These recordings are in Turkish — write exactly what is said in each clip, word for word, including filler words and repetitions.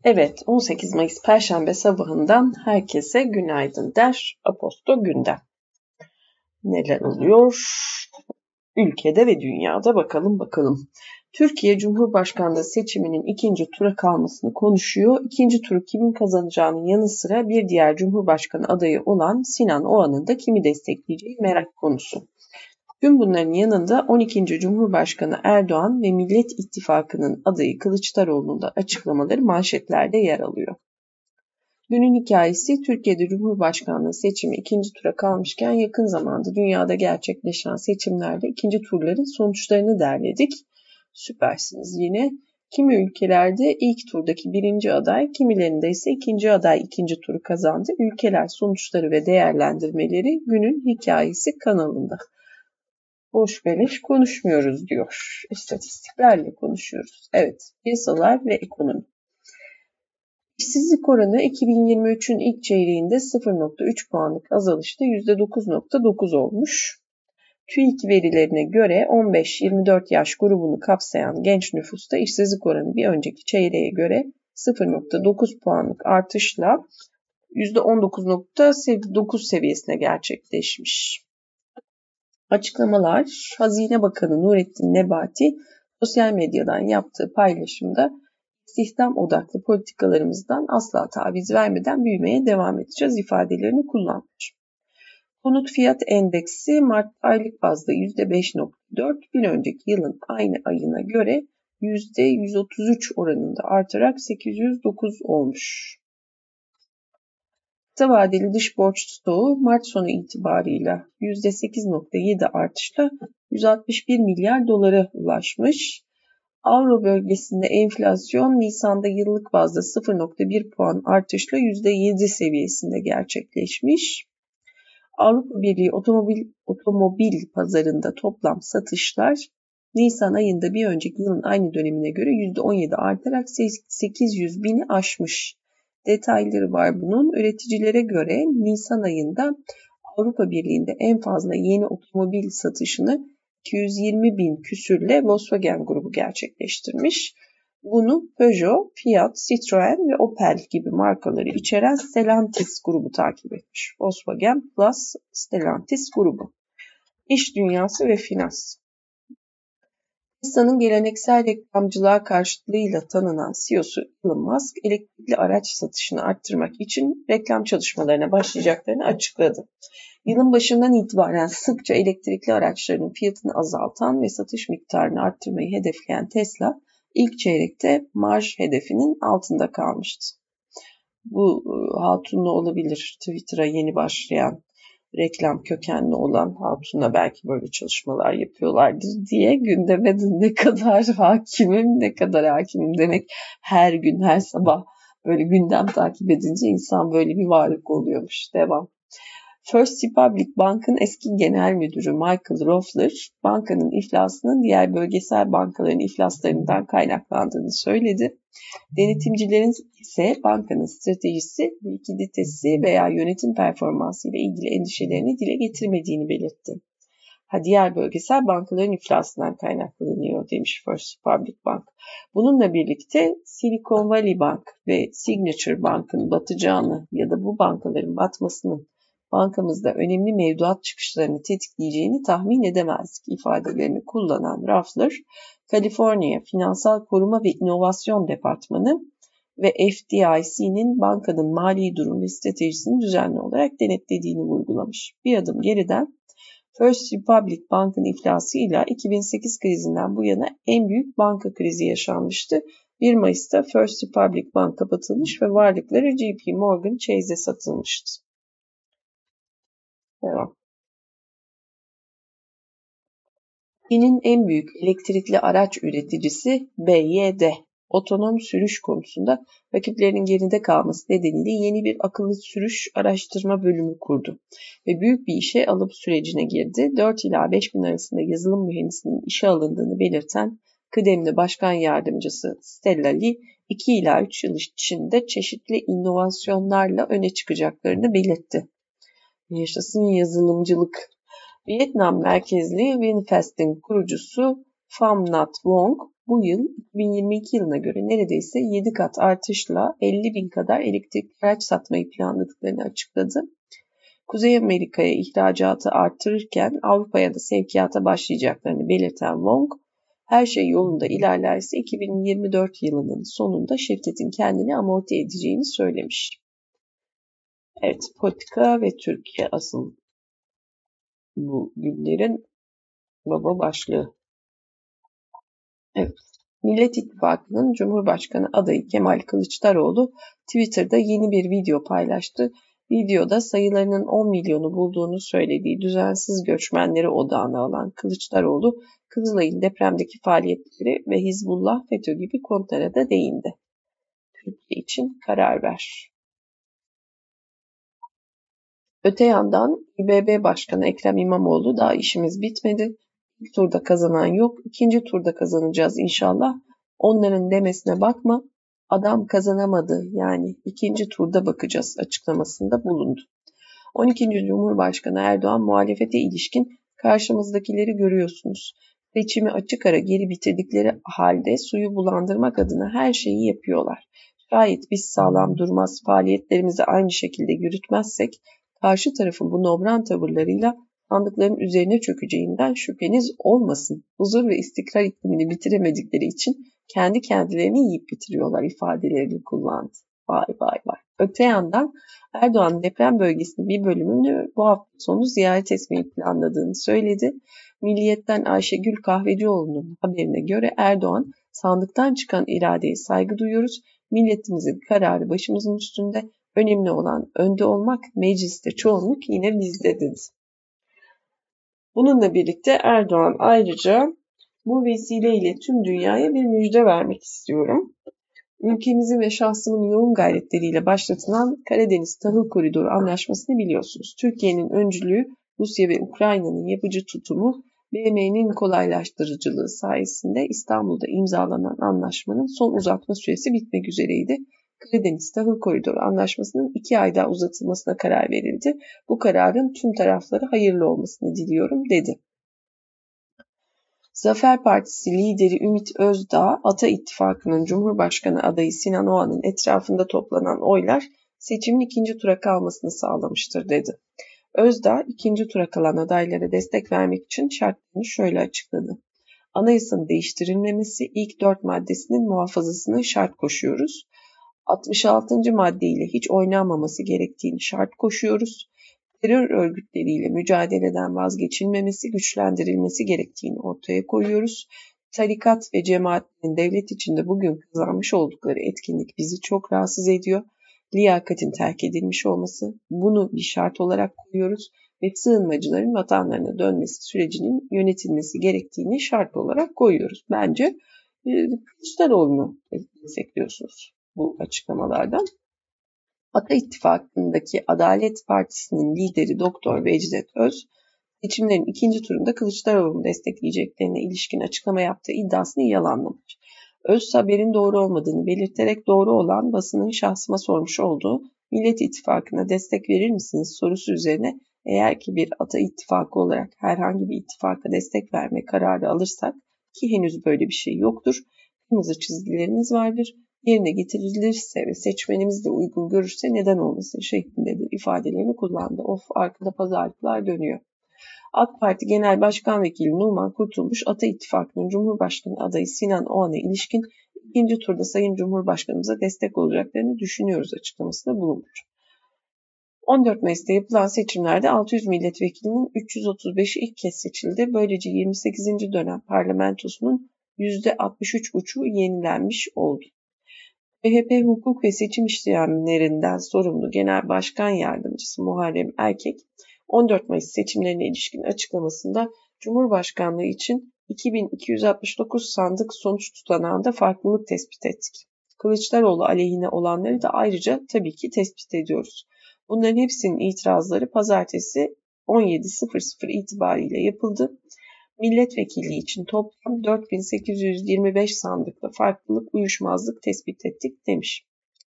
Evet, on sekiz Mayıs Perşembe sabahından herkese günaydın der Aposto Gündem. Neler oluyor? Ülkede ve dünyada bakalım bakalım. Türkiye Cumhurbaşkanlığı seçiminin ikinci tura kalmasını konuşuyor. İkinci turu kimin kazanacağının yanı sıra bir diğer Cumhurbaşkanı adayı olan Sinan Oğan'ın da kimi destekleyeceği merak konusu. Tüm bunların yanında on ikinci Cumhurbaşkanı Erdoğan ve Millet İttifakı'nın adayı Kılıçdaroğlu'nun da açıklamaları manşetlerde yer alıyor. Günün hikayesi Türkiye'de Cumhurbaşkanlığı seçimi ikinci tura kalmışken yakın zamanda dünyada gerçekleşen seçimlerde ikinci turların sonuçlarını derledik. Süpersiniz yine. Kimi ülkelerde ilk turdaki birinci aday, kimilerinde ise ikinci aday ikinci turu kazandı. Ülkeler sonuçları ve değerlendirmeleri günün hikayesi kanalında. Boş beleş konuşmuyoruz diyor. İstatistiklerle konuşuyoruz. Evet, piyasalar ve ekonomi. İşsizlik oranı iki bin yirmi üçün ilk çeyreğinde sıfır virgül üç puanlık azalışta yüzde dokuz virgül dokuz olmuş. TÜİK verilerine göre on beş yirmi dört yaş grubunu kapsayan genç nüfusta işsizlik oranı bir önceki çeyreğe göre sıfır virgül dokuz puanlık artışla yüzde on dokuz virgül dokuz seviyesine gerçekleşmiş. Açıklamalar Hazine Bakanı Nurettin Nebati sosyal medyadan yaptığı paylaşımda istihdam odaklı politikalarımızdan asla taviz vermeden büyümeye devam edeceğiz ifadelerini kullanmış. Konut fiyat endeksi Mart aylık bazda yüzde beş virgül dört, bir önceki yılın aynı ayına göre yüzde yüz otuz üç oranında artarak sekiz yüz dokuz olmuş. Kısa vadeli dış borç stoğu Mart sonu itibarıyla yüzde sekiz virgül yedi artışla yüz altmış bir milyar dolara ulaşmış. Avro bölgesinde enflasyon Nisan'da yıllık bazda sıfır virgül bir puan artışla yüzde yedi seviyesinde gerçekleşmiş. Avrupa Birliği otomobil, otomobil pazarında toplam satışlar Nisan ayında bir önceki yılın aynı dönemine göre yüzde on yedi artarak sekiz yüz bini aşmış. Detayları var bunun. Üreticilere göre Nisan ayında Avrupa Birliği'nde en fazla yeni otomobil satışını iki yüz yirmi bin küsürle Volkswagen grubu gerçekleştirmiş. Bunu Peugeot, Fiat, Citroen ve Opel gibi markaları içeren Stellantis grubu takip etmiş. Volkswagen plus Stellantis grubu. İş dünyası ve finans. Tesla'nın geleneksel reklamcılığa karşıtlığıyla tanınan C E O'su Elon Musk, elektrikli araç satışını arttırmak için reklam çalışmalarına başlayacaklarını açıkladı. Yılın başından itibaren sıkça elektrikli araçların fiyatını azaltan ve satış miktarını arttırmayı hedefleyen Tesla, ilk çeyrekte marj hedefinin altında kalmıştı. Bu hatunla olabilir. Twitter'a yeni başlayan, reklam kökenli olan hatunla belki böyle çalışmalar yapıyorlardır diye gündeme ne kadar hakimim, ne kadar hakimim demek her gün, her sabah böyle gündem takip edince insan böyle bir varlık oluyormuş. Devam. First Republic Bank'ın eski genel müdürü Michael Roffler, bankanın iflasının diğer bölgesel bankaların iflaslarından kaynaklandığını söyledi. Denetimcilerin ise bankanın stratejisi, likiditesi veya yönetim performansı ile ilgili endişelerini dile getirmediğini belirtti. Ha, diğer bölgesel bankaların iflasından kaynaklanıyor demiş First Republic Bank. Bununla birlikte Silicon Valley Bank ve Signature Bank'ın batacağını ya da bu bankaların batmasının bankamızda önemli mevduat çıkışlarını tetikleyeceğini tahmin edemezdik ifadelerini kullanan Roffler, Kaliforniya Finansal Koruma ve İnovasyon Departmanı ve F D I C'nin bankanın mali durum ve stratejisini düzenli olarak denetlediğini vurgulamış. Bir adım geriden First Republic Bank'ın iflasıyla iki bin sekiz krizinden bu yana en büyük banka krizi yaşanmıştı. bir Mayıs'ta First Republic Bank kapatılmış ve varlıkları J P Morgan Chase'e satılmıştı. Devam. Çin'in en büyük elektrikli araç üreticisi B Y D, otonom sürüş konusunda rakiplerinin geride kalması nedeniyle yeni bir akıllı sürüş araştırma bölümü kurdu ve büyük bir işe alım sürecine girdi. dört ila beş gün arasında yazılım mühendisinin işe alındığını belirten kıdemli başkan yardımcısı Stella Li, iki ila üç yıl içinde çeşitli inovasyonlarla öne çıkacaklarını belirtti. Yaşasın yazılımcılık. Vietnam merkezli Winfast'in kurucusu Pham Nhat Vuong, bu yıl iki bin yirmi iki yılına göre neredeyse yedi kat artışla elli bin kadar elektrikli araç satmayı planladıklarını açıkladı. Kuzey Amerika'ya ihracatı artırırken Avrupa'ya da sevkiyata başlayacaklarını belirten Wong, her şey yolunda ilerlerse iki bin yirmi dört yılının sonunda şirketin kendini amorti edeceğini söylemiş. Evet, politika ve Türkiye asıl bu günlerin baba başlığı. Evet. Millet İttifakı'nın Cumhurbaşkanı adayı Kemal Kılıçdaroğlu Twitter'da yeni bir video paylaştı. Videoda sayılarının on milyonu bulduğunu söylediği düzensiz göçmenleri odağına alan Kılıçdaroğlu, Kızılay'ın depremdeki faaliyetleri ve Hizbullah, FETÖ gibi konulara da değindi. Türkiye için karar ver. Öte yandan İ B B Başkanı Ekrem İmamoğlu, daha işimiz bitmedi. İlk turda kazanan yok, ikinci turda kazanacağız inşallah. Onların demesine bakma, adam kazanamadı, yani ikinci turda bakacağız açıklamasında bulundu. on ikinci Cumhurbaşkanı Erdoğan muhalefete ilişkin karşımızdakileri görüyorsunuz. Seçimi açık ara geri bitirdikleri halde suyu bulandırmak adına her şeyi yapıyorlar. Şayet biz sağlam durmaz, faaliyetlerimizi aynı şekilde yürütmezsek karşı tarafın bu nobran tavırlarıyla sandıkların üzerine çökeceğinden şüpheniz olmasın. Huzur ve istikrar iklimini bitiremedikleri için kendi kendilerini yiyip bitiriyorlar ifadelerini kullandı. Vay vay vay. Öte yandan Erdoğan deprem bölgesinin bir bölümünü bu hafta sonu ziyaret etmeyi planladığını söyledi. Milliyet'ten Ayşegül Kahvecioğlu'nun haberine göre Erdoğan, sandıktan çıkan iradeye saygı duyuyoruz. Milletimizin kararı başımızın üstünde. Önemli olan önde olmak, mecliste çoğunluk yine bizde dedi. Bununla birlikte Erdoğan ayrıca bu vesileyle tüm dünyaya bir müjde vermek istiyorum. Ülkemizin ve şahsımın yoğun gayretleriyle başlatılan Karadeniz Tahıl Koridoru Anlaşması'nı biliyorsunuz. Türkiye'nin öncülüğü, Rusya ve Ukrayna'nın yapıcı tutumu, B M'nin kolaylaştırıcılığı sayesinde İstanbul'da imzalanan anlaşmanın son uzatma süresi bitmek üzereydi. Karadeniz Tahıl Koridoru Anlaşması'nın iki ay daha uzatılmasına karar verildi. Bu kararın tüm taraflara hayırlı olmasını diliyorum dedi. Zafer Partisi lideri Ümit Özdağ, Ata İttifakı'nın Cumhurbaşkanı adayı Sinan Oğan'ın etrafında toplanan oylar seçimin ikinci tura kalmasını sağlamıştır dedi. Özdağ, ikinci tura kalan adaylara destek vermek için şartlarını şöyle açıkladı. Anayasanın değiştirilmemesi, ilk dört maddesinin muhafazasını şart koşuyoruz. altmış altıncı maddeyle hiç oynanmaması gerektiğini şart koşuyoruz. Terör örgütleriyle mücadeleden vazgeçilmemesi, güçlendirilmesi gerektiğini ortaya koyuyoruz. Tarikat ve cemaatlerin devlet içinde bugün kazanmış oldukları etkinlik bizi çok rahatsız ediyor. Liyakatin terk edilmiş olması, bunu bir şart olarak koyuyoruz ve sığınmacıların vatanlarına dönmesi sürecinin yönetilmesi gerektiğini şart olarak koyuyoruz. Bence e, Kılıçdaroğlu'nu destekliyorsunuz bu açıklamalardan. Ata İttifakı'ndaki Adalet Partisi'nin lideri Doktor Vecdet Öz, seçimlerin ikinci turunda Kılıçdaroğlu'nu destekleyeceklerine ilişkin açıklama yaptığı iddiasını yalanlamış. Öz, haberin doğru olmadığını belirterek doğru olan basının şahsıma sormuş olduğu Millet İttifakı'na destek verir misiniz sorusu üzerine eğer ki bir Ata İttifakı olarak herhangi bir ittifaka destek verme kararı alırsak ki henüz böyle bir şey yoktur, kırmızı çizgilerimiz vardır. Yerine getirilirse ve seçmenimiz de uygun görürse neden olmasın şeklindedir ifadelerini kullandı. Of, arkada pazarlıklar dönüyor. AK Parti Genel Başkan Vekili Numan Kurtulmuş, Ata İttifakı'nın Cumhurbaşkanı adayı Sinan Oğan'a ilişkin ikinci turda Sayın Cumhurbaşkanımıza destek olacaklarını düşünüyoruz açıklamasında bulunmuş. on dört Mayıs'ta yapılan seçimlerde altı yüz milletvekilinin üç yüz otuz beşi ilk kez seçildi. Böylece yirmi sekizinci dönem parlamentosunun yüzde altmış üç buçuğu yenilenmiş oldu. C H P Hukuk ve Seçim İşlemlerinden sorumlu Genel Başkan Yardımcısı Muharrem Erkek, on dört Mayıs seçimlerine ilişkin açıklamasında Cumhurbaşkanlığı için iki bin iki yüz altmış dokuz sandık sonuç tutanağında farklılık tespit ettik. Kılıçdaroğlu aleyhine olanları da ayrıca tabii ki tespit ediyoruz. Bunların hepsinin itirazları pazartesi on yedi sıfır sıfır itibariyle yapıldı. Milletvekilliği için toplam dört bin sekiz yüz yirmi beş sandıkla farklılık, uyuşmazlık tespit ettik demiş.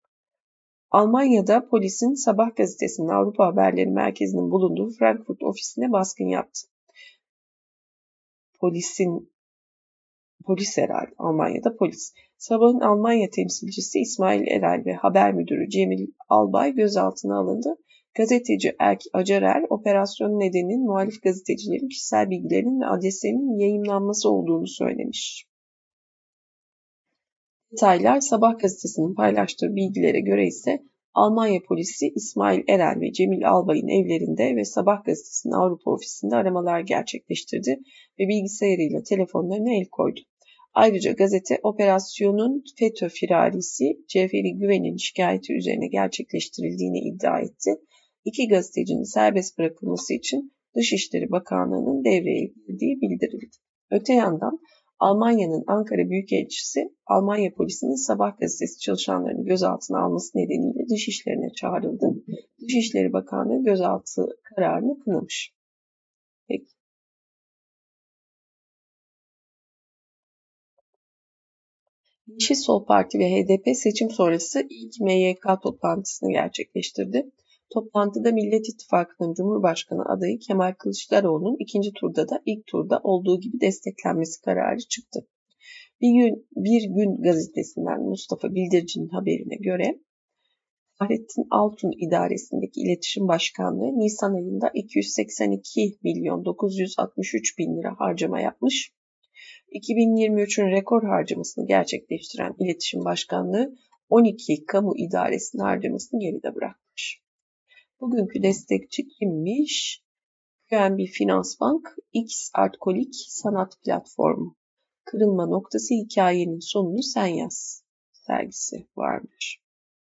Almanya'da polisin Sabah gazetesinin Avrupa Haberleri Merkezi'nin bulunduğu Frankfurt ofisine baskın yaptı. Polisin Polis herhalde. Almanya'da polis. Sabah'ın Almanya temsilcisi İsmail Erel ve haber müdürü Cemil Albay gözaltına alındı. Gazeteci Erk Acarel, operasyonun nedeninin muhalif gazetecilerin kişisel bilgilerinin ve adreslerinin yayımlanması olduğunu söylemiş. Detaylar Sabah gazetesinin paylaştığı bilgilere göre ise Almanya polisi İsmail Erel ve Cemil Albay'ın evlerinde ve Sabah gazetesinin Avrupa ofisinde aramalar gerçekleştirdi ve bilgisayarıyla telefonlarına el koydu. Ayrıca gazete operasyonun FETÖ firarisi Cevheri Güven'in şikayeti üzerine gerçekleştirildiğini iddia etti. İki gazetecinin serbest bırakılması için Dışişleri Bakanlığı'nın devreye girdiği bildirildi. Öte yandan Almanya'nın Ankara Büyükelçisi, Almanya polisinin Sabah gazetesi çalışanlarını gözaltına alması nedeniyle dışişlerine çağrıldı. Dışişleri Bakanlığı gözaltı kararını kınamış. Peki. Yeşil Sol Parti ve H D P seçim sonrası ilk M Y K toplantısını gerçekleştirdi. Toplantıda Millet İttifakı'nın Cumhurbaşkanı adayı Kemal Kılıçdaroğlu'nun ikinci turda da ilk turda olduğu gibi desteklenmesi kararı çıktı. Bir gün, bir gün gazetesinden Mustafa Bildirici'nin haberine göre Fahrettin Altun idaresindeki iletişim başkanlığı Nisan ayında iki yüz seksen iki milyon dokuz yüz altmış üç bin lira harcama yapmış. iki bin yirmi üçün rekor harcamasını gerçekleştiren iletişim başkanlığı on iki kamu idaresinin harcamasını geride bırakmış. Bugünkü destekçi kimmiş? Q N B Finansbank, X Artkolik Sanat Platformu. Kırılma noktası hikayenin sonunu sen yaz sergisi varmış.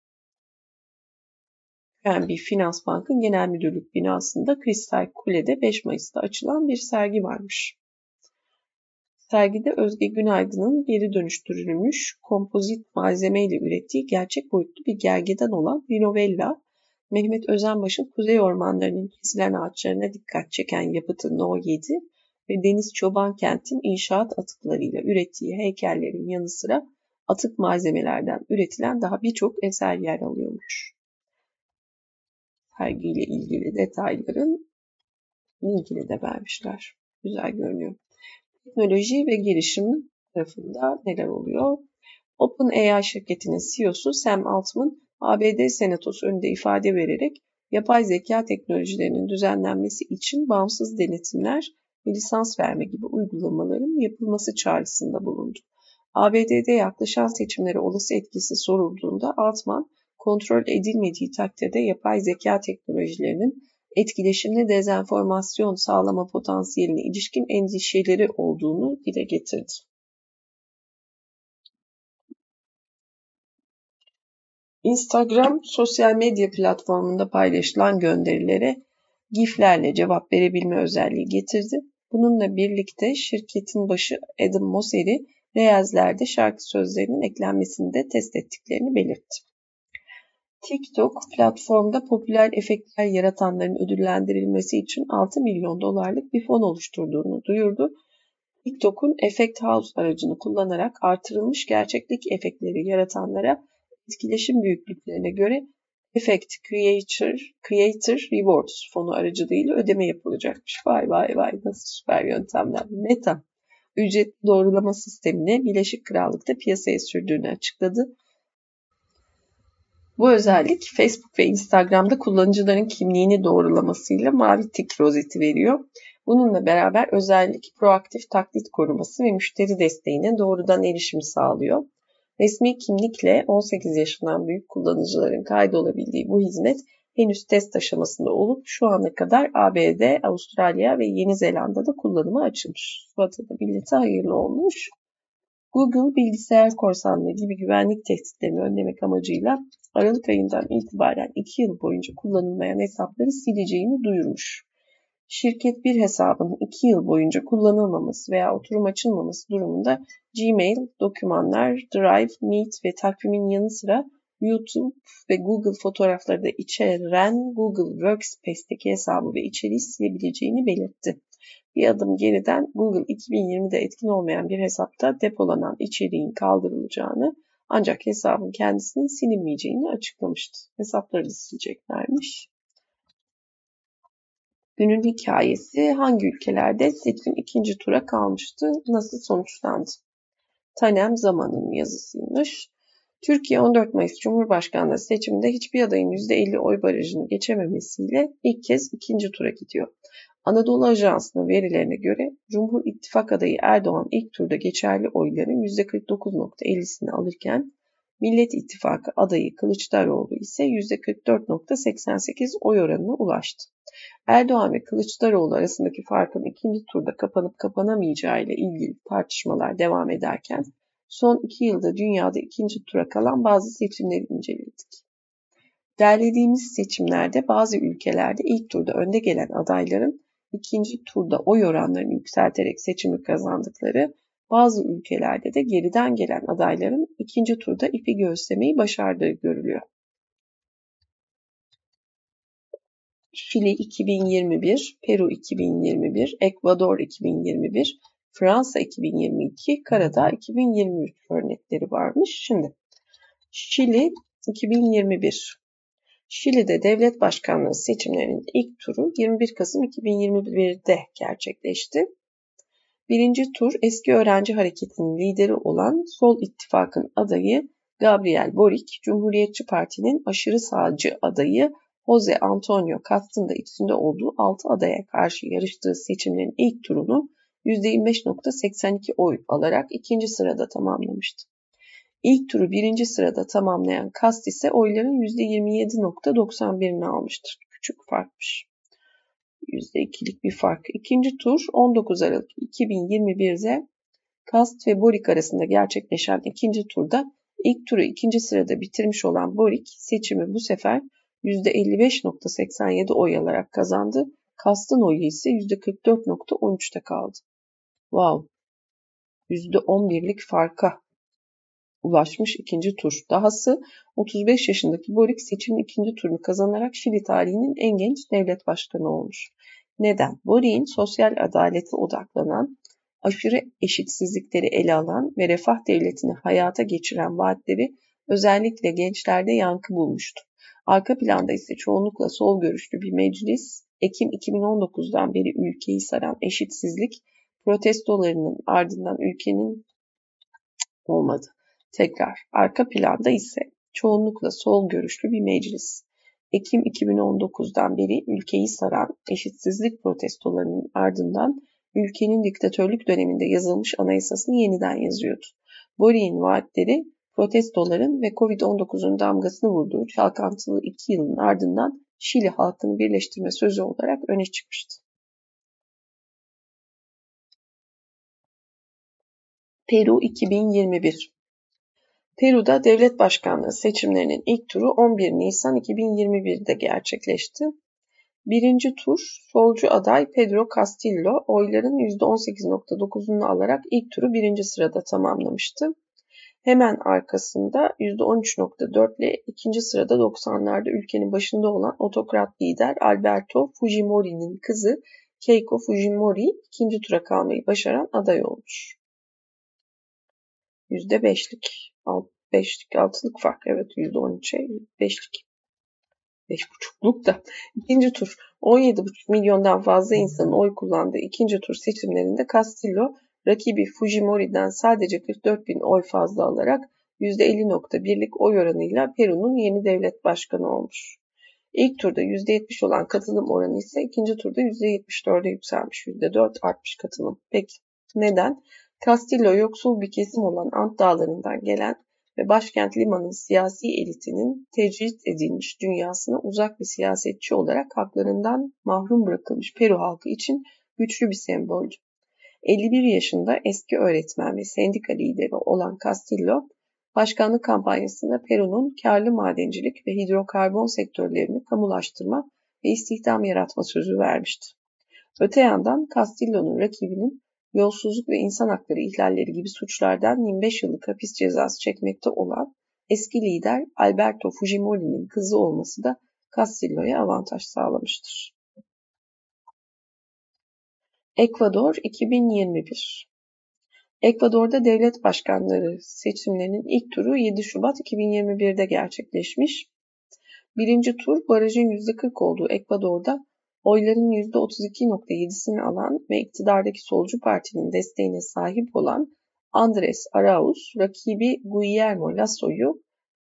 Q N B Finansbank'ın genel müdürlük binasında Kristal Kule'de beş Mayıs'ta açılan bir sergi varmış. Sergide Özge Günaydın'ın geri dönüştürülmüş kompozit malzemeyle ürettiği gerçek boyutlu bir gergedan olan Rinovella, Mehmet Özenbaş'ın Kuzey Ormanları'nın kesilen ağaçlarına dikkat çeken yapıtı No yedi ve Deniz Çobankent'in inşaat atıklarıyla ürettiği heykellerin yanı sıra atık malzemelerden üretilen daha birçok eser yer alıyormuş. Sergiyle ilgili detayların linkini de vermişler. Güzel görünüyor. Teknoloji ve girişim tarafında neler oluyor? OpenAI şirketinin C E O'su Sam Altman, A B D Senatosu önünde ifade vererek yapay zeka teknolojilerinin düzenlenmesi için bağımsız denetimler ve lisans verme gibi uygulamaların yapılması çağrısında bulundu. A B D'de yaklaşan seçimlere olası etkisi sorulduğunda Altman, kontrol edilmediği takdirde yapay zeka teknolojilerinin etkileşimli dezenformasyon sağlama potansiyeline ilişkin endişeleri olduğunu dile getirdi. Instagram sosyal medya platformunda paylaşılan gönderilere GIF'lerle cevap verebilme özelliği getirdi. Bununla birlikte şirketin başı Adam Mosseri, Reels'lerde şarkı sözlerinin eklenmesini de test ettiklerini belirtti. TikTok platformda popüler efektler yaratanların ödüllendirilmesi için altı milyon dolarlık bir fon oluşturduğunu duyurdu. TikTok'un Effect House aracını kullanarak artırılmış gerçeklik efektleri yaratanlara etkileşim büyüklüklerine göre Effect Creator, Creator Rewards fonu aracılığıyla ödeme yapılacakmış. Vay vay vay nasıl süper yöntemler. Meta, ücretli doğrulama sistemini Birleşik Krallık'ta piyasaya sürdüğünü açıkladı. Bu özellik Facebook ve Instagram'da kullanıcıların kimliğini doğrulamasıyla mavi tik rozeti veriyor. Bununla beraber özellik proaktif taklit koruması ve müşteri desteğine doğrudan erişim sağlıyor. Resmi kimlikle on sekiz yaşından büyük kullanıcıların kaydolabildiği bu hizmet henüz test aşamasında olup şu ana kadar A B D, Avustralya ve Yeni Zelanda'da kullanıma açılmış. Vatanı millete hayırlı olmuş. Google, bilgisayar korsanlığı gibi güvenlik tehditlerini önlemek amacıyla Aralık ayından itibaren iki yıl boyunca kullanılmayan hesapları sileceğini duyurmuş. Şirket bir hesabın iki yıl boyunca kullanılmaması veya oturum açılmaması durumunda Gmail, dokümanlar, Drive, Meet ve takvimin yanı sıra YouTube ve Google fotoğrafları da içeren Google Workspace'teki hesabı ve içeriği silebileceğini belirtti. Bir adım geriden Google iki bin yirmide etkin olmayan bir hesapta depolanan içeriğin kaldırılacağını ancak hesabın kendisinin silinmeyeceğini açıklamıştı. Hesapları da sileceklermiş. Günün hikayesi hangi ülkelerde seçim ikinci tura kalmıştı, nasıl sonuçlandı? Tanem Zaman'ın yazısıymış. Türkiye on dört Mayıs Cumhurbaşkanlığı seçiminde hiçbir adayın yüzde elli oy barajını geçememesiyle ilk kez ikinci tura gidiyor. Anadolu Ajansı'nın verilerine göre Cumhur İttifak adayı Erdoğan ilk turda geçerli oyların yüzde kırk dokuz virgül ellisini alırken Millet İttifakı adayı Kılıçdaroğlu ise yüzde kırk dört virgül seksen sekiz oy oranına ulaştı. Erdoğan ve Kılıçdaroğlu arasındaki farkın ikinci turda kapanıp kapanamayacağı ile ilgili tartışmalar devam ederken son iki yılda dünyada ikinci tura kalan bazı seçimleri inceledik. Derlediğimiz seçimlerde bazı ülkelerde ilk turda önde gelen adayların ikinci turda oy oranlarını yükselterek seçimi kazandıkları, bazı ülkelerde de geriden gelen adayların ikinci turda ipi göğüslemeyi başardığı görülüyor. Şili iki bin yirmi bir, Peru iki bin yirmi bir, Ekvador iki bin yirmi bir, Fransa iki bin yirmi iki, Karadağ iki bin yirmi üç örnekleri varmış. Şimdi Şili iki bin yirmi bir. Şili'de devlet başkanlığı seçimlerinin ilk turu yirmi bir Kasım iki bin yirmi bir'de gerçekleşti. Birinci tur eski öğrenci hareketinin lideri olan Sol İttifak'ın adayı Gabriel Boric, Cumhuriyetçi Parti'nin aşırı sağcı adayı Jose Antonio Cast'ın da içinde olduğu altı adaya karşı yarıştığı seçimlerin ilk turunu yüzde yirmi beş virgül seksen iki oy alarak ikinci sırada tamamlamıştı. İlk turu birinci sırada tamamlayan Cast ise oyların yüzde yirmi yedi virgül doksan bir'ini almıştır. Küçük farkmış. yüzde iki'lik bir fark. İkinci tur on dokuz Aralık iki bin yirmi bir'de Cast ve Boric arasında gerçekleşen ikinci turda ilk turu ikinci sırada bitirmiş olan Boric seçimi bu sefer yüzde elli beş virgül seksen yedi oy alarak kazandı. Cast'ın oyu ise yüzde kırk dört virgül on üç'te kaldı. Wow! yüzde on bir'lik farka ulaşmış ikinci tur. Dahası otuz beş yaşındaki Boric seçimin ikinci turunu kazanarak Şili tarihinin en genç devlet başkanı olmuş. Neden? Boric'in sosyal adalete odaklanan, aşırı eşitsizlikleri ele alan ve refah devletini hayata geçiren vaatleri özellikle gençlerde yankı bulmuştu. Arka planda ise çoğunlukla sol görüşlü bir meclis, Ekim iki bin on dokuz'dan beri ülkeyi saran eşitsizlik protestolarının ardından ülkenin olmadı. Tekrar, arka planda ise çoğunlukla sol görüşlü bir meclis. Ekim iki bin on dokuz'dan beri ülkeyi saran eşitsizlik protestolarının ardından ülkenin diktatörlük döneminde yazılmış anayasasını yeniden yazıyordu. Boric'in vaatleri protestoların ve kovid on dokuz'un damgasını vurduğu çalkantılı iki yılın ardından Şili halkını birleştirme sözü olarak öne çıkmıştı. Peru iki bin yirmi bir. Peru'da devlet başkanlığı seçimlerinin ilk turu on bir Nisan iki bin yirmi bir'de gerçekleşti. Birinci tur solcu aday Pedro Castillo oyların yüzde on sekiz virgül dokuz'unu alarak ilk turu birinci sırada tamamlamıştı. Hemen arkasında yüzde on üç virgül dört ile ikinci sırada doksan'larda ülkenin başında olan otokrat lider Alberto Fujimori'nin kızı Keiko Fujimori ikinci tura kalmayı başaran aday olmuş. yüzde beş'lik, beş'lik, altılık fark. Evet, yüzde on üç'e beş'lik. beş buçukluk da. İkinci tur on yedi buçuk milyondan fazla insanın oy kullandığı ikinci tur seçimlerinde Castillo rakibi Fujimori'den sadece kırk dört bin oy fazla alarak yüzde elli virgül bir'lik oy oranıyla Peru'nun yeni devlet başkanı olmuş. İlk turda yüzde yetmiş olan katılım oranı ise ikinci turda yüzde yetmiş dört'e yükselmiş. yüzde dört artmış katılım. Peki neden? Castillo yoksul bir kesim olan Ant Dağları'ndan gelen ve başkent Lima'nın siyasi elitinin tecrit edilmiş dünyasına uzak bir siyasetçi olarak haklarından mahrum bırakılmış Peru halkı için güçlü bir semboldü. elli bir yaşında eski öğretmen ve sendika lideri olan Castillo, başkanlık kampanyasında Peru'nun karlı madencilik ve hidrokarbon sektörlerini kamulaştırma ve istihdam yaratma sözü vermişti. Öte yandan Castillo'nun rakibinin yolsuzluk ve insan hakları ihlalleri gibi suçlardan yirmi beş yıllık hapis cezası çekmekte olan eski lider Alberto Fujimori'nin kızı olması da Castillo'ya avantaj sağlamıştır. Ekvador iki bin yirmi bir. Ekvador'da devlet başkanları seçimlerinin ilk turu yedi Şubat iki bin yirmi bir'de gerçekleşmiş. Birinci tur barajın yüzde kırk olduğu Ekvador'da oyların yüzde otuz iki virgül yedi'sini alan ve iktidardaki solcu partinin desteğine sahip olan Andres Arauz rakibi Guillermo Lasso'yu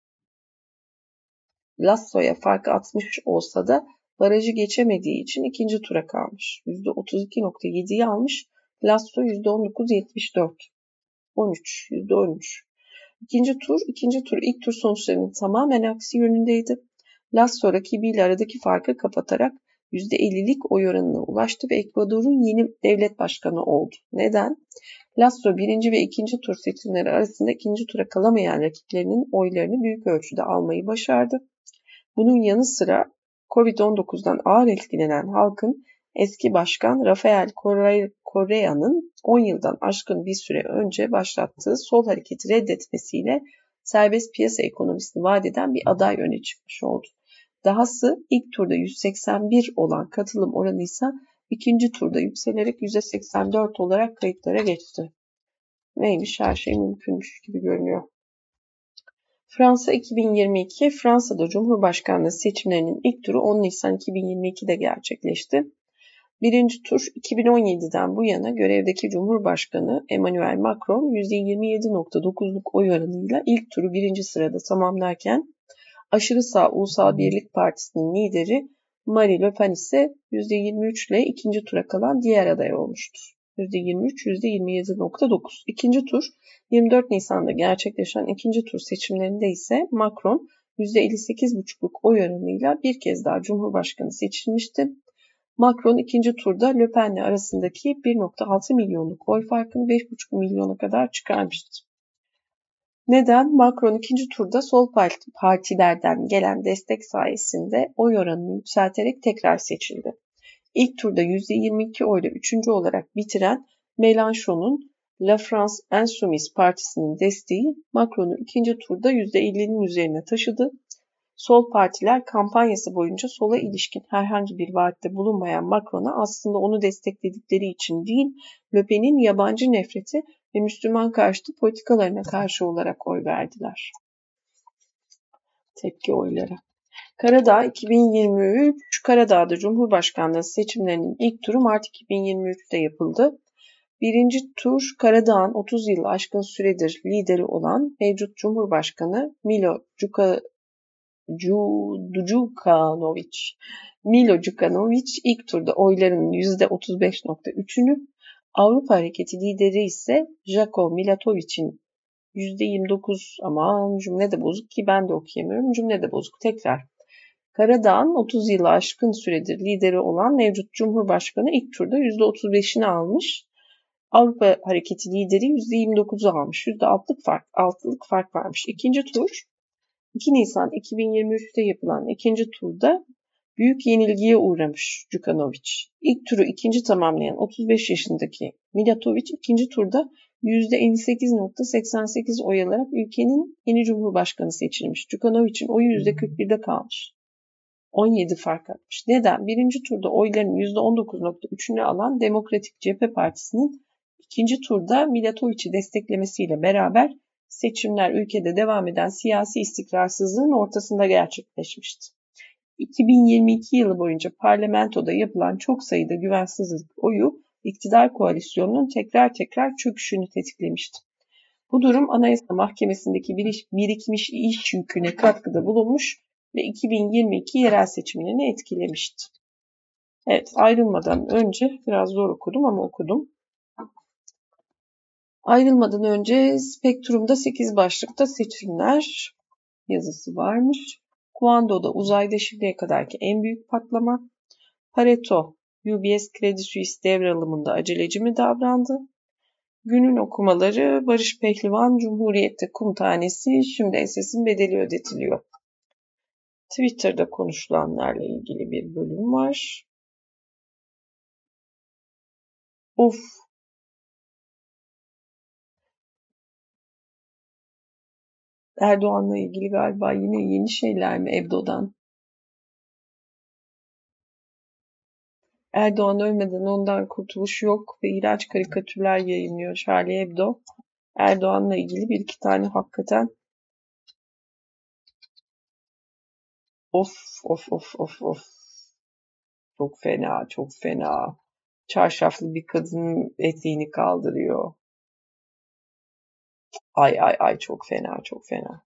Lasso'ya farkı atmış olsa da barajı geçemediği için ikinci tura kalmış. yüzde otuz iki nokta yediyi almış. Lasso yüzde on dokuz nokta yetmiş dört. on üç, yüzde on üç. İkinci tur, ikinci tur ilk tur sonuçlarının tamamen aksi yönündeydi. Lasso rakibiyle aradaki farkı kapatarak yüzde ellilik oy oranına ulaştı ve Ekvador'un yeni devlet başkanı oldu. Neden? Lasso birinci ve ikinci tur seçimleri arasında ikinci tura kalamayan rakiplerinin oylarını büyük ölçüde almayı başardı. Bunun yanı sıra kovid on dokuzdan ağır etkilenen halkın eski başkan Rafael Correa'nın on yıldan aşkın bir süre önce başlattığı sol hareketi reddetmesiyle serbest piyasa ekonomisini vaat eden bir aday öne çıkmış oldu. Dahası ilk turda yüz seksen bir olan katılım oranı ise ikinci turda yükselerek yüzde seksen dört olarak kayıtlara geçti. Neymiş, her şey mümkünmüş gibi görünüyor. Fransa iki bin yirmi iki, Fransa'da Cumhurbaşkanlığı seçimlerinin ilk turu on Nisan iki bin yirmi iki'de gerçekleşti. Birinci tur iki bin on yedi'den bu yana görevdeki Cumhurbaşkanı Emmanuel Macron yüzde yirmi yedi nokta dokuz'luk oy oranıyla ilk turu birinci sırada tamamlarken aşırı sağ Ulusal Birlik Partisi'nin lideri Marine Le Pen ise yüzde yirmi üç ile ikinci tura kalan diğer aday olmuştur. yüzde yirmi üç, yüzde yirmi yedi nokta dokuz. İkinci tur yirmi dört Nisan'da gerçekleşen ikinci tur seçimlerinde ise Macron yüzde elli sekiz nokta beş'luk oy oranıyla bir kez daha Cumhurbaşkanı seçilmişti. Macron ikinci turda Le Pen'le arasındaki bir nokta altı milyonluk oy farkını beş buçuk milyona kadar çıkarmıştı. Neden? Macron ikinci turda sol partilerden gelen destek sayesinde oy oranını yükselterek tekrar seçildi. İlk turda yüzde yirmi iki oyla üçüncü olarak bitiren Mélenchon'un La France Insoumise partisinin desteği Macron'u ikinci turda yüzde elli'nin üzerine taşıdı. Sol partiler kampanyası boyunca sola ilişkin herhangi bir vaatte bulunmayan Macron'a aslında onu destekledikleri için değil, Le Pen'in yabancı nefreti ve Müslüman karşıtı politikalarına karşı olarak oy verdiler. Tepki oyları. Karadağ iki bin yirmi üç, Karadağ'da Cumhurbaşkanlığı seçimlerinin ilk turu Mart iki bin yirmi üç'te yapıldı. Birinci tur Karadağ'ın otuz yıl aşkın süredir lideri olan mevcut Cumhurbaşkanı Milo Djukanovic. Milo Djukanovic ilk turda oylarının yüzde otuz beş nokta üç'ünü, Avrupa Hareketi lideri ise Jako Milatovic'in yüzde yirmi dokuz, aman cümle de bozuk ki ben de okuyamıyorum, cümle de bozuk tekrar. Karadağ'ın otuz yılı aşkın süredir lideri olan mevcut Cumhurbaşkanı ilk turda yüzde otuz beş'ini almış. Avrupa Hareketi lideri yüzde yirmi dokuz'u almış. yüzde altı'lık fark, altılık fark varmış. İkinci tur iki Nisan iki bin yirmi üç'te yapılan ikinci turda büyük yenilgiye uğramış Djukanovic. İlk turu ikinci tamamlayan otuz beş yaşındaki Milatovic ikinci turda yüzde elli sekiz nokta seksen sekiz oy alarak ülkenin yeni cumhurbaşkanı seçilmiş. Djukanovic'in oyu yüzde kırk bir'de kalmış. on yedi fark atmış. Neden? Birinci turda oyların yüzde on dokuz nokta üç'ünü alan Demokratik Cephe Partisi'nin ikinci turda Milatovic'i desteklemesiyle beraber seçimler ülkede devam eden siyasi istikrarsızlığın ortasında gerçekleşmişti. iki bin yirmi iki yılı boyunca parlamentoda yapılan çok sayıda güvensizlik oyu iktidar koalisyonunun tekrar tekrar çöküşünü tetiklemişti. Bu durum Anayasa Mahkemesi'ndeki birikmiş iş yüküne katkıda bulunmuş ve iki bin yirmi iki yerel seçimlerini etkilemişti. Evet, ayrılmadan önce biraz zor okudum ama okudum. Ayrılmadan önce Spektrum'da sekiz başlıkta seçimler yazısı varmış. Kuando'da uzayda şimdiye kadarki en büyük patlama. Pareto, U B S Credit Suisse devralımında aceleci mi davrandı? Günün okumaları, Barış Pehlivan, Cumhuriyet'te kum tanesi, şimdi esesin bedeli ödetiliyor. Twitter'da konuşulanlarla ilgili bir bölüm var. Of! Erdoğan'la ilgili galiba yine yeni şeyler mi Ebdo'dan? Erdoğan ölmeden ondan kurtuluş yok ve iğrenç karikatürler yayınlıyor Charlie Hebdo. Erdoğan'la ilgili bir iki tane hakikaten of of of of of çok fena çok fena. Çarşaflı bir kadının eteğini kaldırıyor. Ay ay ay çok fena çok fena.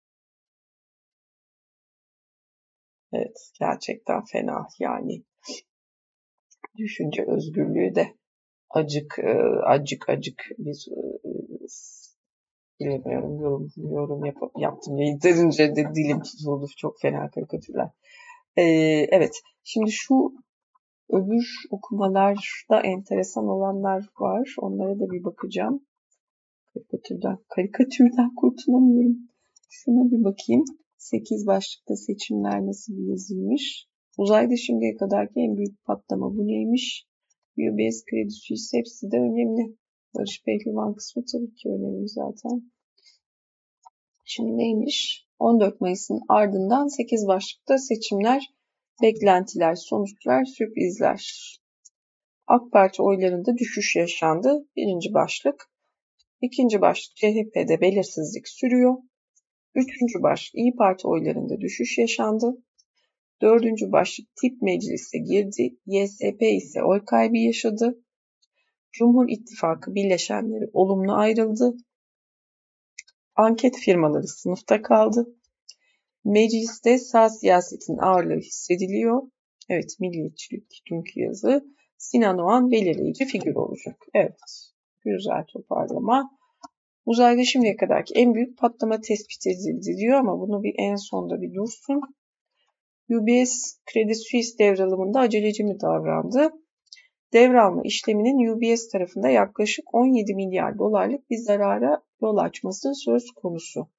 Evet gerçekten fena yani. Düşünce özgürlüğü de acık e, acık acık bir e, bilemiyorum yorum, yorum yap, yaptım. Yeterince de dilim tutuldu. Çok fena karikatürler. Ee, evet. Şimdi şu öbür okumalarda enteresan olanlar var. Onlara da bir bakacağım. Karikatürden, karikatürden kurtulamıyorum. Şuna bir bakayım. sekiz başlıkta seçimler nasıl bir yazıymış. Uzayda şimdiye kadarki en büyük patlama bu neymiş? U B S, Credit Suisse hepsi de önemli. Barış Pehlivan kısmı tabii ki önemli zaten. Şimdi neymiş? on dört Mayıs'ın ardından sekiz başlıkta seçimler, beklentiler, sonuçlar, sürprizler. AK Parti oylarında düşüş yaşandı. Birinci başlık. İkinci başlık C H P'de belirsizlik sürüyor. Üçüncü başlık İyi Parti oylarında düşüş yaşandı. Dördüncü başlık tip meclise girdi. Y S P ise oy kaybı yaşadı. Cumhur İttifakı bileşenleri olumlu ayrıldı. Anket firmaları sınıfta kaldı. Mecliste sağ siyasetin ağırlığı hissediliyor. Evet, milliyetçilik dünkü yazı. Sinan Oğan belirleyici figür olacak. Evet, güzel toparlama. Uzayda şimdiye kadarki en büyük patlama tespit edildi diyor ama bunu bir en sonda bir dursun. U B S Credit Suisse devralımında aceleci mi davrandı? Devralma işleminin U B S tarafında yaklaşık on yedi milyar dolarlık bir zarara yol açması söz konusu.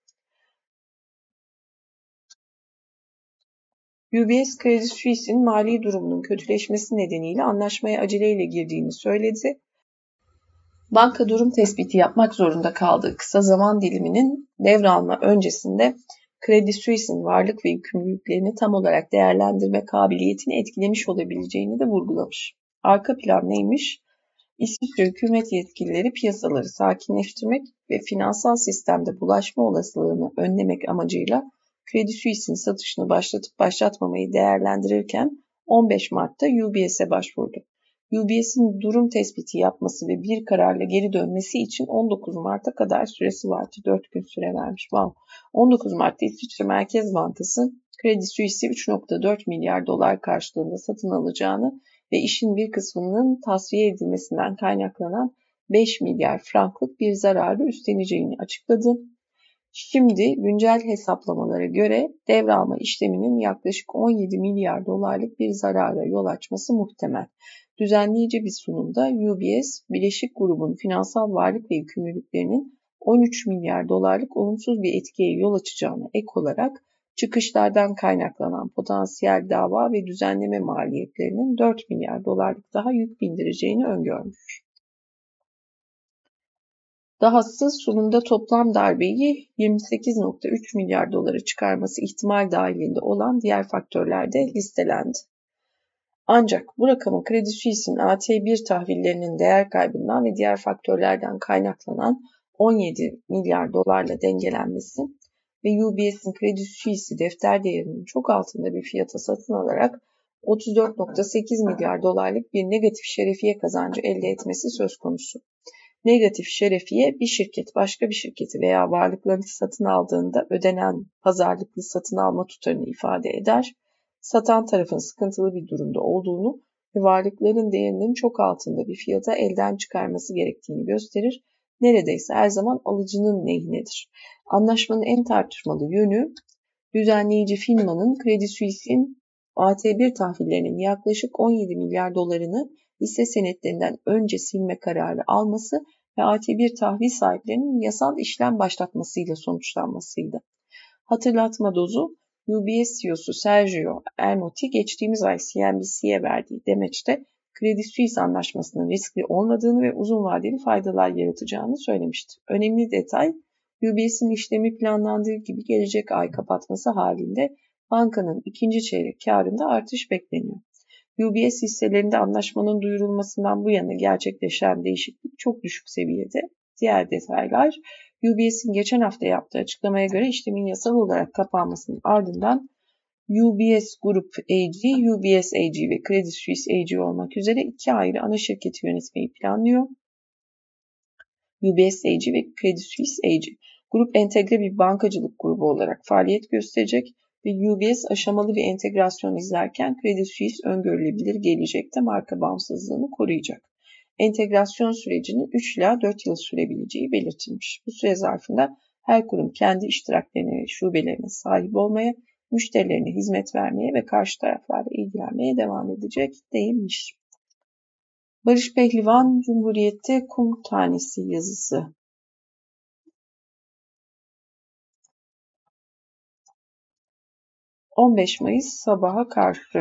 U B S Credit Suisse'in mali durumunun kötüleşmesi nedeniyle anlaşmaya aceleyle girdiğini söyledi. Banka durum tespiti yapmak zorunda kaldığı kısa zaman diliminin devralma öncesinde Credit Suisse'in varlık ve yükümlülüklerini tam olarak değerlendirme kabiliyetini etkilemiş olabileceğini de vurgulamış. Arka plan neymiş? İsviçre hükümet yetkilileri piyasaları sakinleştirmek ve finansal sistemde bulaşma olasılığını önlemek amacıyla Credit Suisse'in satışını başlatıp başlatmamayı değerlendirirken on beş Mart'ta U B S'e başvurdu. U B S'in durum tespiti yapması ve bir kararla geri dönmesi için on dokuz Mart'a kadar süresi vardı. dört gün süre vermiş. Wow. on dokuz Mart'ta İsviçre Merkez Bankası Credit Suisse'i üç virgül dört milyar dolar karşılığında satın alacağını ve işin bir kısmının tasfiye edilmesinden kaynaklanan beş milyar franklık bir zararı üstleneceğini açıkladı. Şimdi güncel hesaplamalara göre devralma işleminin yaklaşık on yedi milyar dolarlık bir zarara yol açması muhtemel. Düzenleyici bir sunumda U B S, Bileşik Grubun finansal varlık ve yükümlülüklerinin on üç milyar dolarlık olumsuz bir etkiye yol açacağına ek olarak çıkışlardan kaynaklanan potansiyel dava ve düzenleme maliyetlerinin dört milyar dolarlık daha yük bindireceğini öngörmüş. Dahası sunumda toplam darbeyi yirmi sekiz virgül üç milyar dolara çıkarması ihtimal dahilinde olan diğer faktörler de listelendi. Ancak bu rakamın Credit Suisse'in A T bir tahvillerinin değer kaybından ve diğer faktörlerden kaynaklanan on yedi milyar dolarla dengelenmesi ve U B S'in Credit Suisse'i defter değerinin çok altında bir fiyata satın alarak otuz dört virgül sekiz milyar dolarlık bir negatif şerefiye kazancı elde etmesi söz konusu. Negatif şerefiye bir şirket başka bir şirketi veya varlıklarını satın aldığında ödenen pazarlıklı satın alma tutarını ifade eder. Satan tarafın sıkıntılı bir durumda olduğunu ve varlıkların değerinin çok altında bir fiyata elden çıkarması gerektiğini gösterir. Neredeyse her zaman alıcının lehinedir. Anlaşmanın en tartışmalı yönü düzenleyici firmanın Credit Suisse'in A T bir tahvillerinin yaklaşık on yedi milyar dolarını hisse senetlerinden önce silme kararı alması ve A T bir tahvil sahiplerinin yasal işlem başlatmasıyla sonuçlanmasıydı. Hatırlatma dozu U B S C E O'su Sergio Ermotti geçtiğimiz ay C N B C'ye verdiği demeçte Credit Suisse anlaşmasının riskli olmadığını ve uzun vadeli faydalar yaratacağını söylemişti. Önemli detay U B S'in işlemi planlandığı gibi gelecek ay kapatması halinde bankanın ikinci çeyrek karında artış bekleniyor. U B S hisselerinde anlaşmanın duyurulmasından bu yana gerçekleşen değişiklik çok düşük seviyede. Diğer detaylar U B S'in geçen hafta yaptığı açıklamaya göre işlemin yasal olarak kapanmasının ardından U B S Group A G, U B S A G ve Credit Suisse A G olmak üzere iki ayrı ana şirketi yönetmeyi planlıyor. U B S A G ve Credit Suisse A G. Grup entegre bir bankacılık grubu olarak faaliyet gösterecek ve U B S aşamalı bir entegrasyon izlerken Credit Suisse öngörülebilir gelecekte marka bağımsızlığını koruyacak. Entegrasyon sürecinin üç ila dört yıl sürebileceği belirtilmiş. Bu süre zarfında her kurum kendi iştiraklerine ve şubelerine sahip olmaya, müşterilerine hizmet vermeye ve karşı taraflarla ilgilenmeye devam edecek değilmiş. Barış Pehlivan, Cumhuriyet'te kum tanesi yazısı. on beş Mayıs sabaha karşı.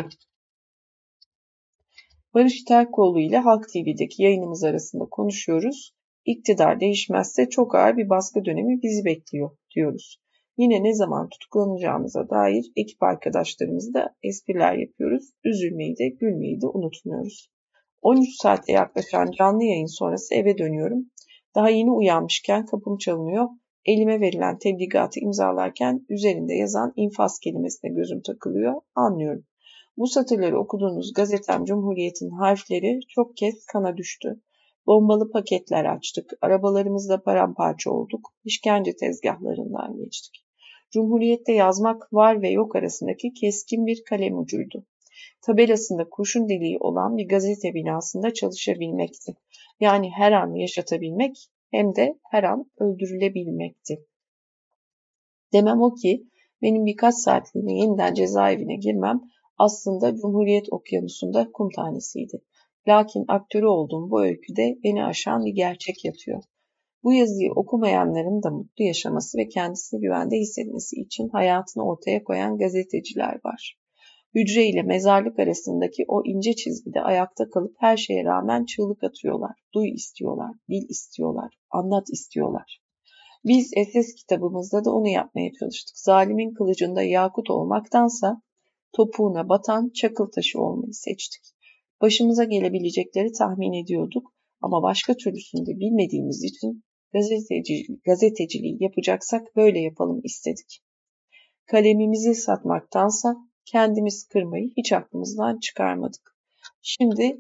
Barış Terkoğlu ile Halk T V'deki yayınımız arasında konuşuyoruz. İktidar değişmezse çok ağır bir baskı dönemi bizi bekliyor diyoruz. Yine ne zaman tutuklanacağımıza dair ekip arkadaşlarımızla espriler yapıyoruz. Üzülmeyi de gülmeyi de unutmuyoruz. on üç saate yaklaşan canlı yayın sonrası eve dönüyorum. Daha yeni uyanmışken kapım çalınıyor. Elime verilen tebligatı imzalarken üzerinde yazan infaz kelimesine gözüm takılıyor. Anlıyorum. Bu satırları okuduğunuz gazetem Cumhuriyet'in harfleri çok kez kana düştü. Bombalı paketler açtık. Arabalarımızla paramparça olduk. İşkence tezgahlarından geçtik. Cumhuriyet'te yazmak var ve yok arasındaki keskin bir kalem ucuydu. Tabelasında kurşun deliği olan bir gazete binasında çalışabilmekti. Yani her an yaşatabilmek hem de her an öldürülebilmekti. Demem o ki benim birkaç saatliğine yeniden cezaevine girmem aslında Cumhuriyet Okyanusu'nda kum tanesiydi. Lakin aktörü olduğum bu öyküde beni aşan bir gerçek yatıyor. Bu yazıyı okumayanların da mutlu yaşaması ve kendisini güvende hissetmesi için hayatını ortaya koyan gazeteciler var. Hücre ile mezarlık arasındaki o ince çizgide ayakta kalıp her şeye rağmen çığlık atıyorlar, duy istiyorlar, bil istiyorlar, anlat istiyorlar. Biz S S kitabımızda da onu yapmaya çalıştık. Zalimin kılıcında yakut olmaktansa topuğuna batan çakıl taşı olmayı seçtik. Başımıza gelebilecekleri tahmin ediyorduk ama başka türlüsünü de bilmediğimiz için gazeteci, gazeteciliği yapacaksak böyle yapalım istedik. Kalemimizi satmaktansa kendimiz kırmayı hiç aklımızdan çıkarmadık. Şimdi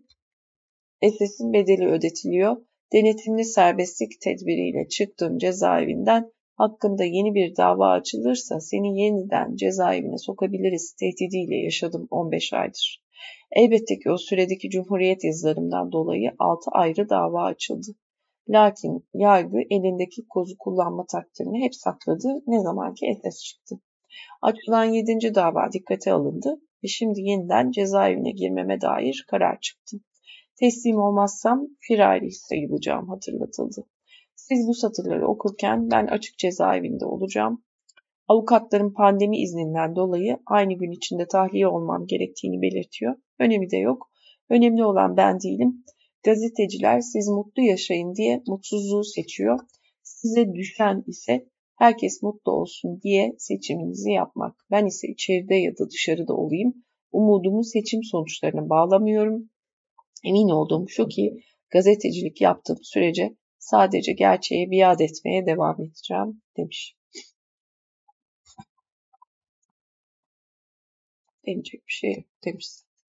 S S'in bedeli ödetiliyor. Denetimli serbestlik tedbiriyle çıktığım cezaevinden hakkında yeni bir dava açılırsa seni yeniden cezaevine sokabiliriz tehdidiyle yaşadım on beş aydır. Elbette ki o süredeki Cumhuriyet yazılarımdan dolayı altı ayrı dava açıldı. Lakin yargı elindeki kozu kullanma takdirini hep sakladı ne zaman ki S S çıktı. Açılan yedinci dava dikkate alındı ve şimdi yeniden cezaevine girmeme dair karar çıktı. Teslim olmazsam firari sayılacağım hatırlatıldı. Siz bu satırları okurken ben açık cezaevinde olacağım. Avukatların pandemi izninden dolayı aynı gün içinde tahliye olmam gerektiğini belirtiyor. Önemi de yok. Önemli olan ben değilim. Gazeteciler siz mutlu yaşayın diye mutsuzluğu seçiyor. Size düşen ise herkes mutlu olsun diye seçiminizi yapmak. Ben ise içeride ya da dışarıda olayım. Umudumu seçim sonuçlarına bağlamıyorum. Emin olduğum şu ki gazetecilik yaptığım sürece sadece gerçeğe biat etmeye devam edeceğim demiş. Denecek bir şey yok demiş.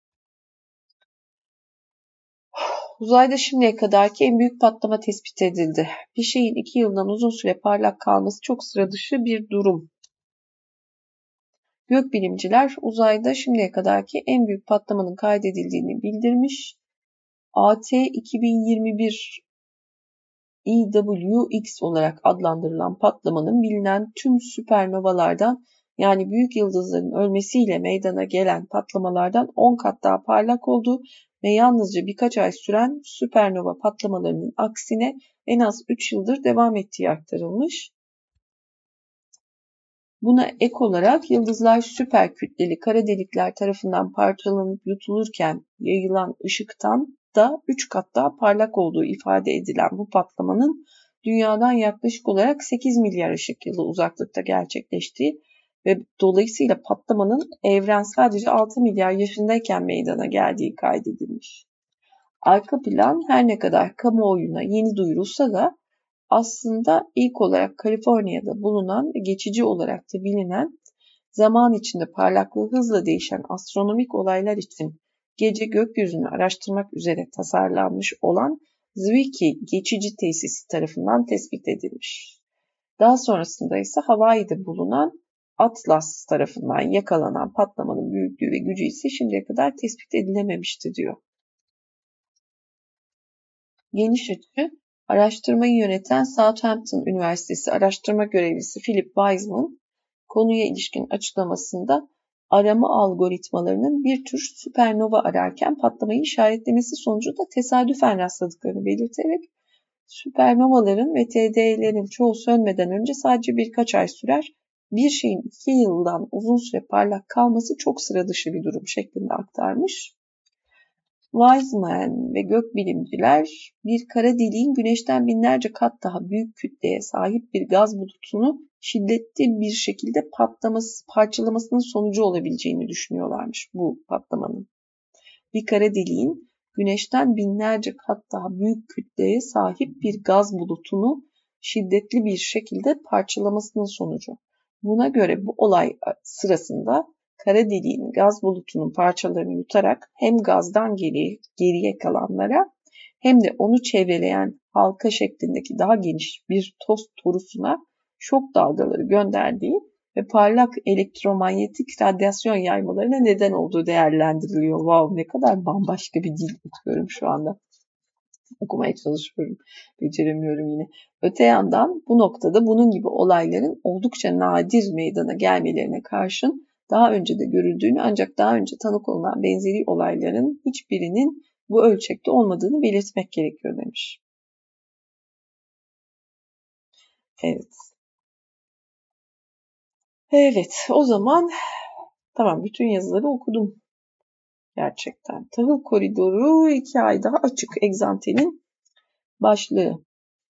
Uzayda şimdiye kadarki en büyük patlama tespit edildi. Bir şeyin iki yıldan uzun süre parlak kalması çok sıra dışı bir durum. Gökbilimciler uzayda şimdiye kadarki en büyük patlamanın kaydedildiğini bildirmiş. A T iki bin yirmi bir E W X olarak adlandırılan patlamanın bilinen tüm süpernovalardan yani büyük yıldızların ölmesiyle meydana gelen patlamalardan on kat daha parlak olduğu ve yalnızca birkaç ay süren süpernova patlamalarının aksine en az üç yıldır devam ettiği aktarılmış. Buna ek olarak yıldızlar süper kütleli kara delikler tarafından parçalanıp yutulurken yayılan ışıktan da üç kat daha parlak olduğu ifade edilen bu patlamanın dünyadan yaklaşık olarak sekiz milyar ışık yılı uzaklıkta gerçekleştiği ve dolayısıyla patlamanın evren sadece altı milyar yaşındayken meydana geldiği kaydedilmiş. Arka plan her ne kadar kamuoyuna yeni duyurulsa da aslında ilk olarak Kaliforniya'da bulunan ve geçici olarak da bilinen zaman içinde parlaklığı hızla değişen astronomik olaylar için gece gökyüzünü araştırmak üzere tasarlanmış olan Zwicky geçici tesisi tarafından tespit edilmiş. Daha sonrasında ise Hawaii'de bulunan Atlas tarafından yakalanan patlamanın büyüklüğü ve gücü ise şimdiye kadar tespit edilememişti diyor. Geniş açı, araştırmayı yöneten Southampton Üniversitesi araştırma görevlisi Philip Wiseman, konuya ilişkin açıklamasında arama algoritmalarının bir tür süpernova ararken patlamayı işaretlemesi sonucunda tesadüfen rastladıklarını belirterek süpernovaların ve T D E'lerin çoğu sönmeden önce sadece birkaç ay sürer, bir şeyin iki yıldan uzun süre parlak kalması çok sıra dışı bir durum şeklinde aktarmış. Wiseman ve gökbilimciler bir kara deliğin güneşten binlerce kat daha büyük kütleye sahip bir gaz bulutunu şiddetli bir şekilde patlaması, parçalamasının sonucu olabileceğini düşünüyorlarmış bu patlamanın. Bir kara deliğin güneşten binlerce kat daha büyük kütleye sahip bir gaz bulutunu şiddetli bir şekilde parçalamasının sonucu. Buna göre bu olay sırasında kara deliğin gaz bulutunun parçalarını yutarak hem gazdan geri, geriye kalanlara hem de onu çevreleyen halka şeklindeki daha geniş bir toz torusuna şok dalgaları gönderdiği ve parlak elektromanyetik radyasyon yaymalarına neden olduğu değerlendiriliyor. Wow, ne kadar bambaşka bir dil okuyorum şu anda. Okumaya çalışıyorum. Beceremiyorum yine. Öte yandan bu noktada bunun gibi olayların oldukça nadir meydana gelmelerine karşın daha önce de görüldüğünü ancak daha önce tanık olunan benzeri olayların hiçbirinin bu ölçekte olmadığını belirtmek gerekiyor demiş. Evet. Evet, o zaman tamam, bütün yazıları okudum. Gerçekten. Tahıl koridoru iki ay daha açık. Exante'nin başlığı.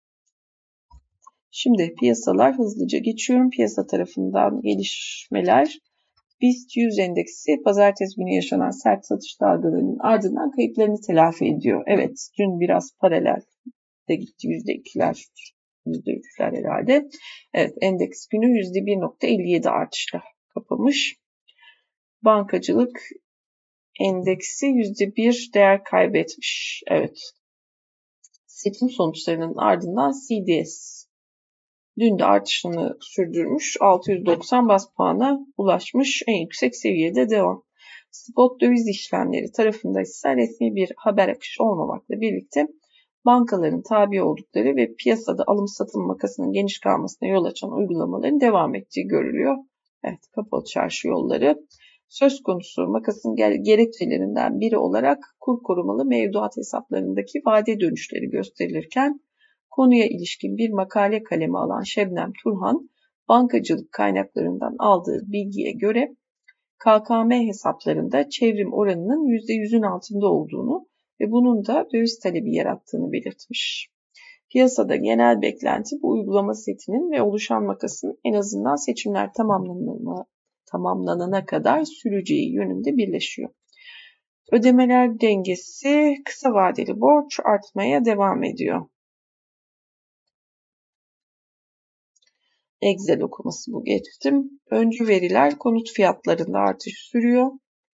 Şimdi piyasalar hızlıca geçiyorum. Piyasa tarafından gelişmeler. BIST yüz endeksi pazartesi günü yaşanan sert satış dalgalarının ardından kayıplarını telafi ediyor. Evet, dün biraz paralel de gitti. yüzde ikiler, yüzde üçler herhalde. Evet, endeks günü yüzde bir virgül elli yedi artışla kapamış. Bankacılık endeksi yüzde bir değer kaybetmiş. Evet. Seçim sonuçlarının ardından C D S dün de artışını sürdürmüş. altı yüz doksan baz puana ulaşmış. En yüksek seviyede devam. Spot döviz işlemleri tarafında ise resmi bir haber akışı olmamakla birlikte bankaların tabi oldukları ve piyasada alım satım makasının geniş kalmasına yol açan uygulamaların devam ettiği görülüyor. Evet, kapalı çarşı yolları söz konusu makasın gerekçelerinden biri olarak kur korumalı mevduat hesaplarındaki vade dönüşleri gösterilirken konuya ilişkin bir makale kaleme alan Şebnem Turhan, bankacılık kaynaklarından aldığı bilgiye göre K K M hesaplarında çevrim oranının yüzde yüzün altında olduğunu ve bunun da döviz talebi yarattığını belirtmiş. Piyasada genel beklenti bu uygulama setinin ve oluşan makasın en azından seçimler tamamlanana, tamamlanana kadar süreceği yönünde birleşiyor. Ödemeler dengesi, kısa vadeli borç artmaya devam ediyor. Excel okuması bu, geçtim. Öncü veriler konut fiyatlarında artış sürüyor.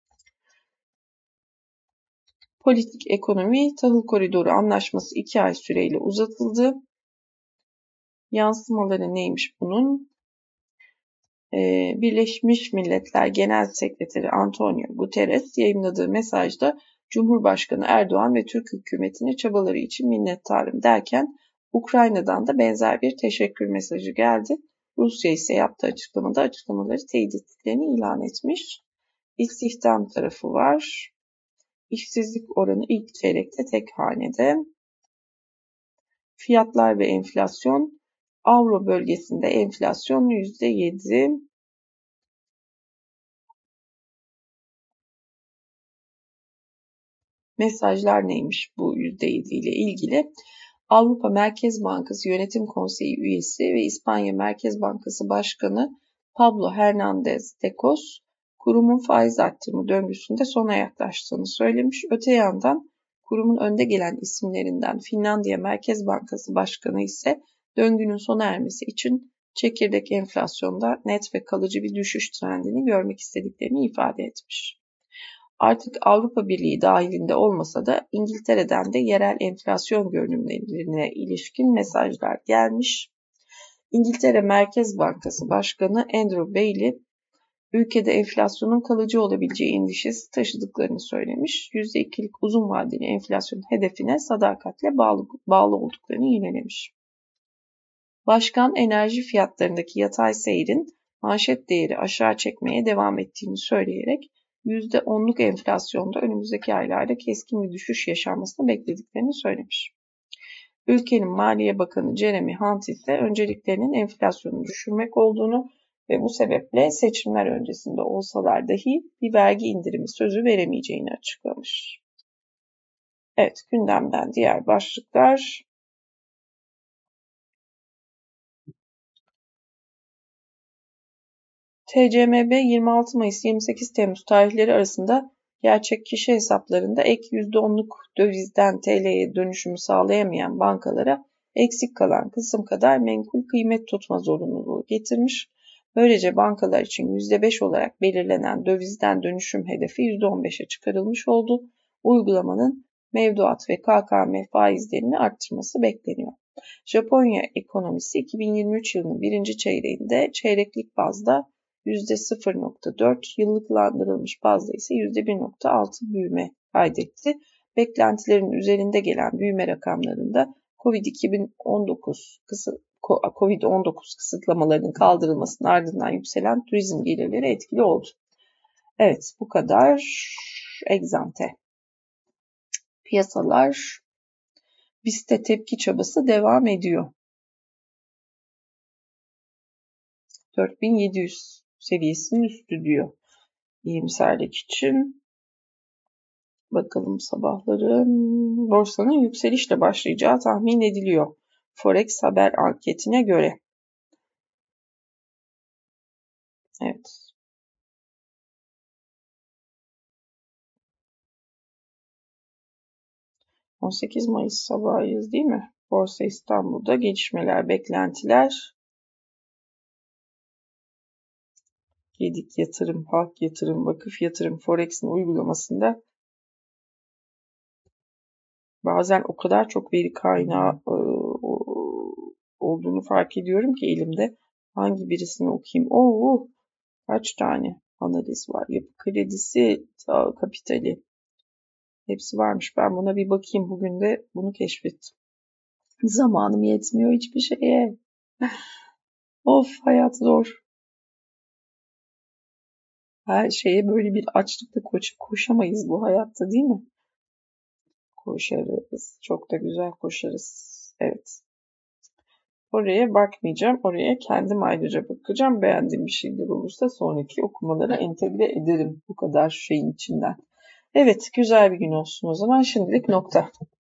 Politik ekonomi, tahıl koridoru anlaşması iki ay süreyle uzatıldı. Yansımaları neymiş bunun? Ee, Birleşmiş Milletler Genel Sekreteri Antonio Guterres yayınladığı mesajda Cumhurbaşkanı Erdoğan ve Türk hükümetine çabaları için minnettarım derken Ukrayna'dan da benzer bir teşekkür mesajı geldi. Rusya ise yaptığı açıklamada açıklamaları teyit ettiklerini ilan etmiş. İstihdam tarafı var. İşsizlik oranı ilk çeyrekte tek hanede. Fiyatlar ve enflasyon. Avro bölgesinde enflasyon yüzde yedi. Mesajlar neymiş bu yüzde yedi ile ilgili? Avrupa Merkez Bankası Yönetim Konseyi üyesi ve İspanya Merkez Bankası Başkanı Pablo Hernández de Cos, kurumun faiz arttırımı döngüsünde sona yaklaştığını söylemiş. Öte yandan kurumun önde gelen isimlerinden Finlandiya Merkez Bankası Başkanı ise döngünün sona ermesi için çekirdek enflasyonda net ve kalıcı bir düşüş trendini görmek istediklerini ifade etmiş. Artık Avrupa Birliği dahilinde olmasa da İngiltere'den de yerel enflasyon görünümlerine ilişkin mesajlar gelmiş. İngiltere Merkez Bankası Başkanı Andrew Bailey, ülkede enflasyonun kalıcı olabileceği endişesi taşıdıklarını söylemiş. yüzde ikilik uzun vadeli enflasyon hedefine sadakatle bağlı, bağlı olduklarını yinelemiş. Başkan enerji fiyatlarındaki yatay seyrin manşet değeri aşağı çekmeye devam ettiğini söyleyerek yüzde onluk enflasyonda önümüzdeki aylarda keskin bir düşüş yaşanmasını beklediklerini söylemiş. Ülkenin Maliye Bakanı Jeremy Hunt ise önceliklerinin enflasyonu düşürmek olduğunu ve bu sebeple seçimler öncesinde olsalar dahi bir vergi indirimi sözü veremeyeceğini açıklamış. Evet, gündemden diğer başlıklar. T C M B yirmi altı Mayıs yirmi sekiz Temmuz tarihleri arasında gerçek kişi hesaplarında ek yüzde onluk dövizden T L'ye dönüşümü sağlayamayan bankalara eksik kalan kısım kadar menkul kıymet tutma zorunluluğu getirmiş. Böylece bankalar için yüzde beş olarak belirlenen dövizden dönüşüm hedefi yüzde on beşe çıkarılmış oldu. Uygulamanın mevduat ve K K M faizlerini arttırması bekleniyor. Japonya ekonomisi iki bin yirmi üç yılının birinci çeyreğinde çeyreklik bazda yüzde sıfır nokta dört, yıllıklandırılmış bazda ise yüzde bir nokta altı büyüme kaydetti. Beklentilerin üzerinde gelen büyüme rakamlarında Covid iki bin on dokuz Covid on dokuz kısıtlamalarının kaldırılmasının ardından yükselen turizm gelirleri etkili oldu. Evet, bu kadar egzante. Piyasalar BIST'te tepki çabası devam ediyor. dört bin yedi yüz seviyesinin üstü diyor iyimserlik için. Bakalım sabahları borsanın yükselişle başlayacağı tahmin ediliyor. Forex haber anketine göre. Evet. on sekiz Mayıs sabahıyız değil mi? Borsa İstanbul'da gelişmeler, beklentiler. Gedik Yatırım, Halk Yatırım, Vakıf Yatırım, Forex'in uygulamasında bazen o kadar çok veri kaynağı e, olduğunu fark ediyorum ki elimde. Hangi birisini okuyayım? Oo, kaç tane analiz var? Yapı Kredisi, Kapitali. Hepsi varmış. Ben buna bir bakayım. Bugün de bunu keşfettim. Zamanım yetmiyor hiçbir şeye. Of, hayat zor. Her şeye böyle bir açlıkla koşup koşamayız bu hayatta değil mi? Koşarız. Çok da güzel koşarız. Evet. Oraya bakmayacağım. Oraya kendim ayrıca bakacağım. Beğendiğim bir şeyler olursa sonraki okumalara entegre ederim. Bu kadar şeyin içinden. Evet, güzel bir gün olsun o zaman. Şimdilik nokta.